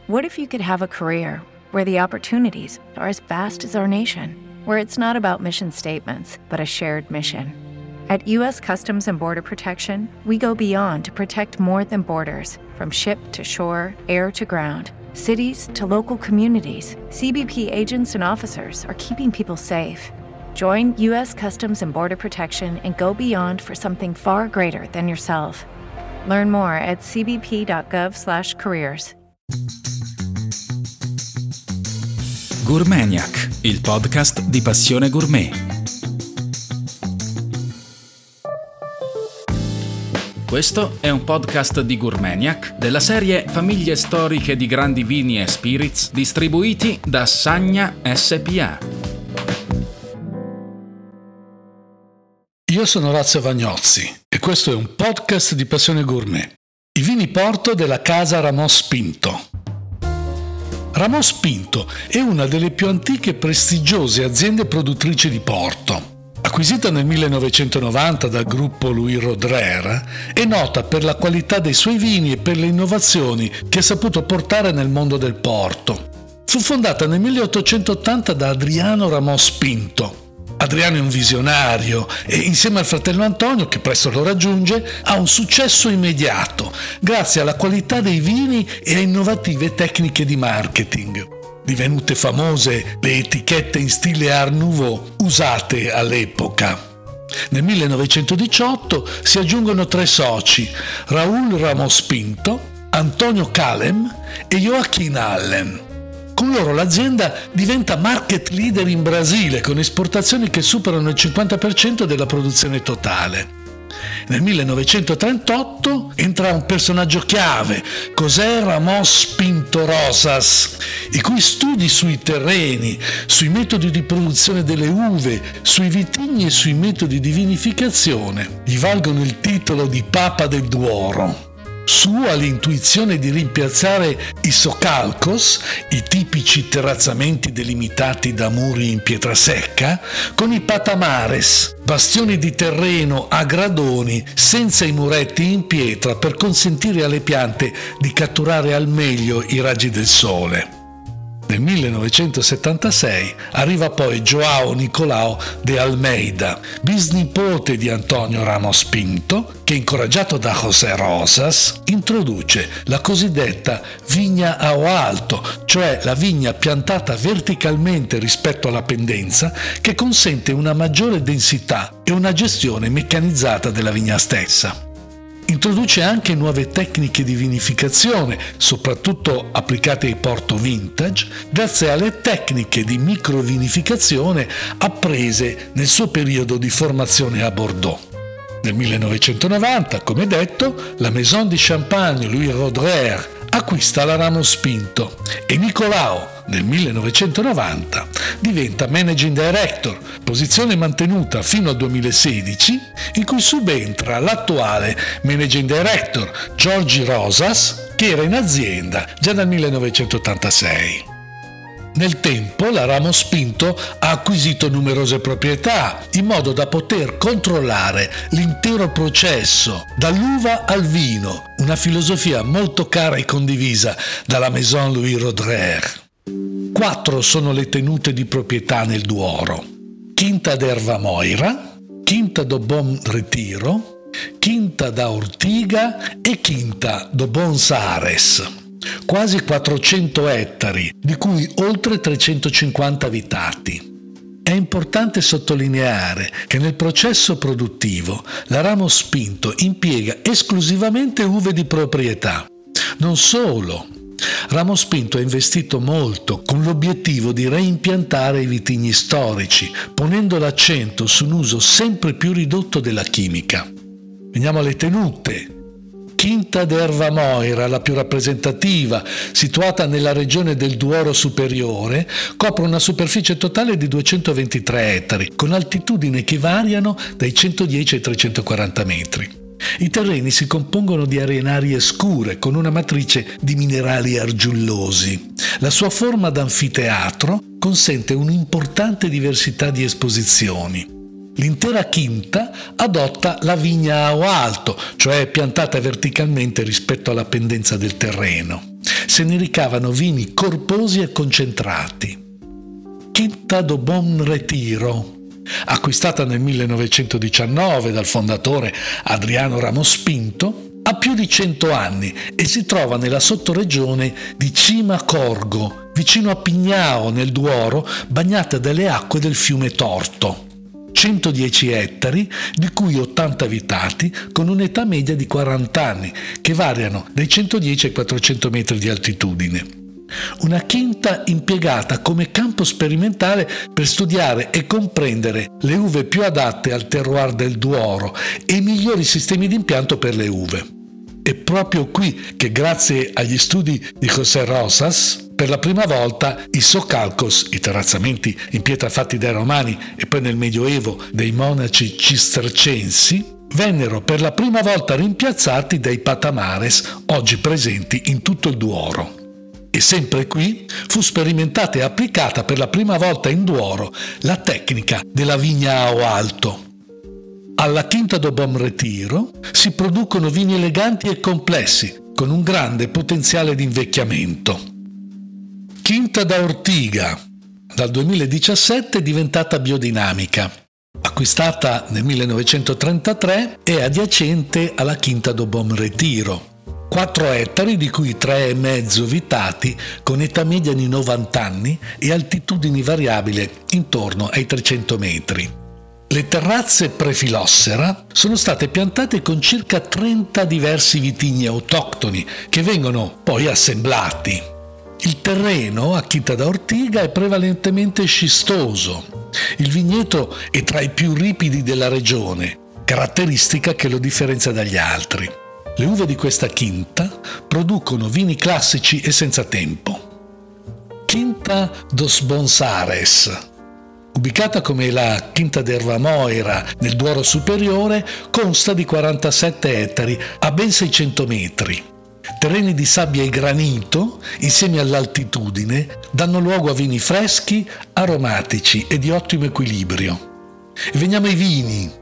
What if you could have a career where the opportunities are as vast as our nation, where it's not about mission statements, but a shared mission? At U.S. Customs and Border Protection, we go beyond to protect more than borders. From ship to shore, air to ground, cities to local communities, CBP agents and officers are keeping people safe. Join U.S. Customs and Border Protection and go beyond for something far greater than yourself. Learn more at cbp.gov/careers. Gourmaniac, il podcast di Passione Gourmet. Questo è un podcast di Gourmaniac della serie Famiglie storiche di grandi vini e spirits distribuiti da Sagna SPA. Io sono Orazio Vagnozzi e questo è un podcast di Passione Gourmet. I vini Porto della casa Ramos Pinto. Ramos Pinto è una delle più antiche e prestigiose aziende produttrici di Porto. Acquisita nel 1990 dal gruppo Louis Roederer, è nota per la qualità dei suoi vini e per le innovazioni che ha saputo portare nel mondo del Porto. Fu fondata nel 1880 da Adriano Ramos Pinto. Adriano è un visionario e insieme al fratello Antonio, che presto lo raggiunge, ha un successo immediato grazie alla qualità dei vini e a innovative tecniche di marketing. Divenute famose le etichette in stile Art Nouveau usate all'epoca. Nel 1918 si aggiungono 3 soci, Raúl Ramos Pinto, Antonio Kalem e Joaquín Allen. Con loro l'azienda diventa market leader in Brasile con esportazioni che superano il 50% della produzione totale. Nel 1938 entra un personaggio chiave, José Ramos Pinto Rosas, i cui studi sui terreni, sui metodi di produzione delle uve, sui vitigni e sui metodi di vinificazione gli valgono il titolo di Papa del Douro. Sua l'intuizione di rimpiazzare i socalcos, i tipici terrazzamenti delimitati da muri in pietra secca, con i patamares, bastioni di terreno a gradoni senza i muretti in pietra per consentire alle piante di catturare al meglio i raggi del sole. Nel 1976 arriva poi João Nicolau de Almeida, bisnipote di Antonio Ramos Pinto, che incoraggiato da José Rosas introduce la cosiddetta vigna ao alto, cioè la vigna piantata verticalmente rispetto alla pendenza, che consente una maggiore densità e una gestione meccanizzata della vigna stessa. Introduce anche nuove tecniche di vinificazione, soprattutto applicate ai Porto Vintage, grazie alle tecniche di microvinificazione apprese nel suo periodo di formazione a Bordeaux. Nel 1990, come detto, la Maison di Champagne Louis Roederer acquista la Ramos Pinto e Nicolau nel 1990 diventa Managing Director, posizione mantenuta fino al 2016, in cui subentra l'attuale Managing Director Jorge Rosas, che era in azienda già dal 1986. Nel tempo la Ramos Pinto ha acquisito numerose proprietà in modo da poter controllare l'intero processo, dall'uva al vino, una filosofia molto cara e condivisa dalla Maison Louis Roederer. 4 sono le tenute di proprietà nel Douro: Quinta d'Erva Moira, Quinta do Bom Retiro, Quinta da Ortiga e Quinta do Bons Ares. Quasi 400 ettari, di cui oltre 350 abitati. È importante sottolineare che nel processo produttivo la Ramos Pinto impiega esclusivamente uve di proprietà. Non solo. Ramos Pinto ha investito molto con l'obiettivo di reimpiantare i vitigni storici, ponendo l'accento su un uso sempre più ridotto della chimica. Veniamo alle tenute. Quinta d'Erva Moira, la più rappresentativa, situata nella regione del Douro Superiore, copre una superficie totale di 223 ettari, con altitudini che variano dai 110 ai 340 metri. I terreni si compongono di arenarie scure con una matrice di minerali argiullosi. La sua forma d'anfiteatro consente un'importante diversità di esposizioni. L'intera quinta adotta la vigna ao alto, cioè piantata verticalmente rispetto alla pendenza del terreno. se ne ricavano vini corposi e concentrati. Quinta do Bom Retiro, acquistata nel 1919 dal fondatore Adriano Ramos Pinto, ha più di 100 anni e si trova nella sottoregione di Cima Corgo, vicino a Pignao, nel Duoro, bagnata dalle acque del fiume Torto. 110 ettari, di cui 80 abitati, con un'età media di 40 anni, che variano dai 110 ai 400 metri di altitudine. Una quinta impiegata come campo sperimentale per studiare e comprendere le uve più adatte al terroir del Duoro e i migliori sistemi di impianto per le uve. È proprio qui che, grazie agli studi di José Rosas, per la prima volta i socalcos, i terrazzamenti in pietra fatti dai Romani e poi nel Medioevo dei monaci cistercensi, vennero per la prima volta rimpiazzati dai patamares oggi presenti in tutto il Duoro. E sempre qui fu sperimentata e applicata per la prima volta in Duoro la tecnica della vigna ao alto. Alla Quinta do Bom Retiro si producono vini eleganti e complessi, con un grande potenziale di invecchiamento. Quinta da Ortiga, dal 2017 è diventata biodinamica. Acquistata nel 1933, è adiacente alla Quinta do Bom Retiro. 4 ettari, di cui 3,5 vitati, con età media di 90 anni e altitudini variabili intorno ai 300 metri. Le terrazze Prefilossera sono state piantate con circa 30 diversi vitigni autoctoni che vengono poi assemblati. Il terreno a Quinta da Ortiga è prevalentemente scistoso. Il vigneto è tra i più ripidi della regione, caratteristica che lo differenzia dagli altri. Le uve di questa quinta producono vini classici e senza tempo. Quinta dos Bonsares, ubicata come la Quinta d'Erva Moira nel Duoro Superiore, consta di 47 ettari a ben 600 metri. Terreni di sabbia e granito, insieme all'altitudine, danno luogo a vini freschi, aromatici e di ottimo equilibrio. E veniamo ai vini.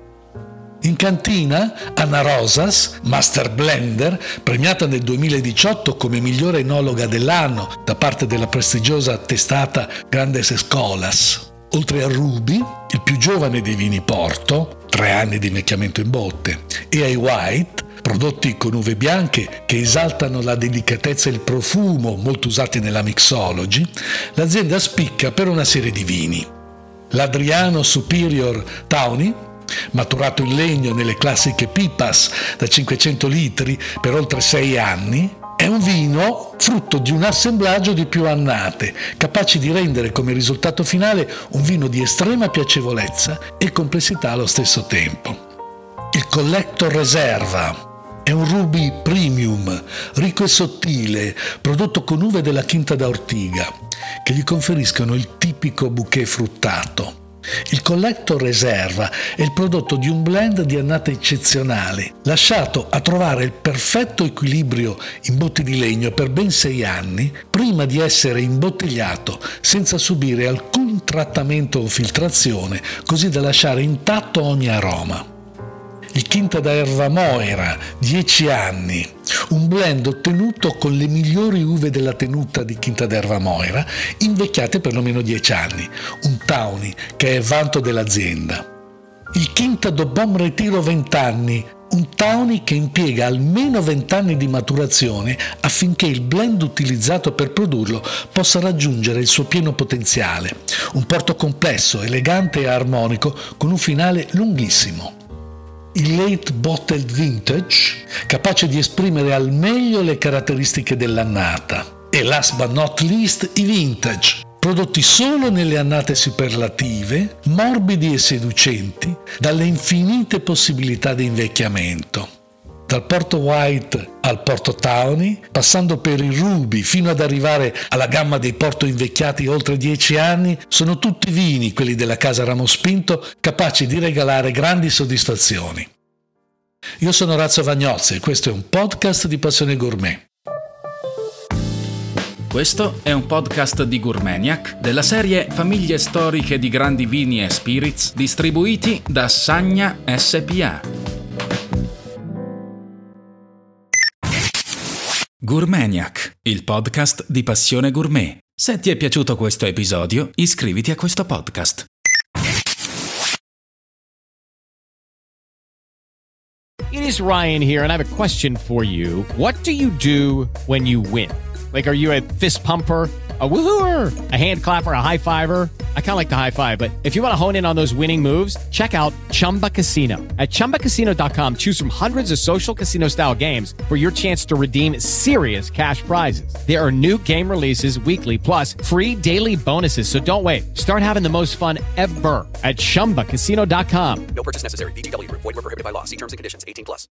In cantina, Ana Rosas, Master Blender, premiata nel 2018 come migliore enologa dell'anno da parte della prestigiosa testata Grandes Escolas. Oltre a Ruby, il più giovane dei vini Porto, 3 anni di invecchiamento in botte, e ai White, prodotti con uve bianche che esaltano la delicatezza e il profumo molto usati nella mixology, l'azienda spicca per una serie di vini. L'Adriano Superior Tawny, maturato in legno nelle classiche pipas da 500 litri per oltre 6 anni, è un vino frutto di un assemblaggio di più annate, capaci di rendere come risultato finale un vino di estrema piacevolezza e complessità allo stesso tempo. Il Collector Reserva è un Ruby Premium, ricco e sottile, prodotto con uve della Quinta da Ortiga, che gli conferiscono il tipico bouquet fruttato. Il Collector Reserva è il prodotto di un blend di annate eccezionali, lasciato a trovare il perfetto equilibrio in botti di legno per ben 6 anni, prima di essere imbottigliato senza subire alcun trattamento o filtrazione, così da lasciare intatto ogni aroma. Il Quinta da Erva Moira, 10 anni, un blend ottenuto con le migliori uve della tenuta di Quinta d'Erva Moira, invecchiate per almeno 10 anni, un Tawny che è vanto dell'azienda. Il Quinta do Bom Retiro 20 anni, un Tawny che impiega almeno 20 anni di maturazione affinché il blend utilizzato per produrlo possa raggiungere il suo pieno potenziale, un porto complesso, elegante e armonico con un finale lunghissimo. Il Late Bottled Vintage, capace di esprimere al meglio le caratteristiche dell'annata. E last but not least, i Vintage, prodotti solo nelle annate superlative, morbidi e seducenti, dalle infinite possibilità di invecchiamento. Dal Porto White al Porto Tawny, passando per i Ruby fino ad arrivare alla gamma dei Porto invecchiati oltre 10 anni, sono tutti vini, quelli della casa Ramos Pinto, capaci di regalare grandi soddisfazioni. Io sono Orazio Vagnozzi e questo è un podcast di Passione Gourmet. Questo è un podcast di Gourmaniac della serie Famiglie storiche di grandi vini e spirits distribuiti da Sagna SPA. Gourmaniac, il podcast di Passione Gourmet. Se ti è piaciuto questo episodio, iscriviti a questo podcast. It is Ryan here, and I have a question for you. What do you do when you win? Like, are you a fist pumper, a woohooer, a hand clapper, a high fiver? I kind of like the high five, but if you want to hone in on those winning moves, check out Chumba Casino. At ChumbaCasino.com, choose from hundreds of social casino style games for your chance to redeem serious cash prizes. There are new game releases weekly, plus free daily bonuses. So don't wait. Start having the most fun ever at ChumbaCasino.com. No purchase necessary. VGW Group. Void where prohibited by law. See terms and conditions. 18+.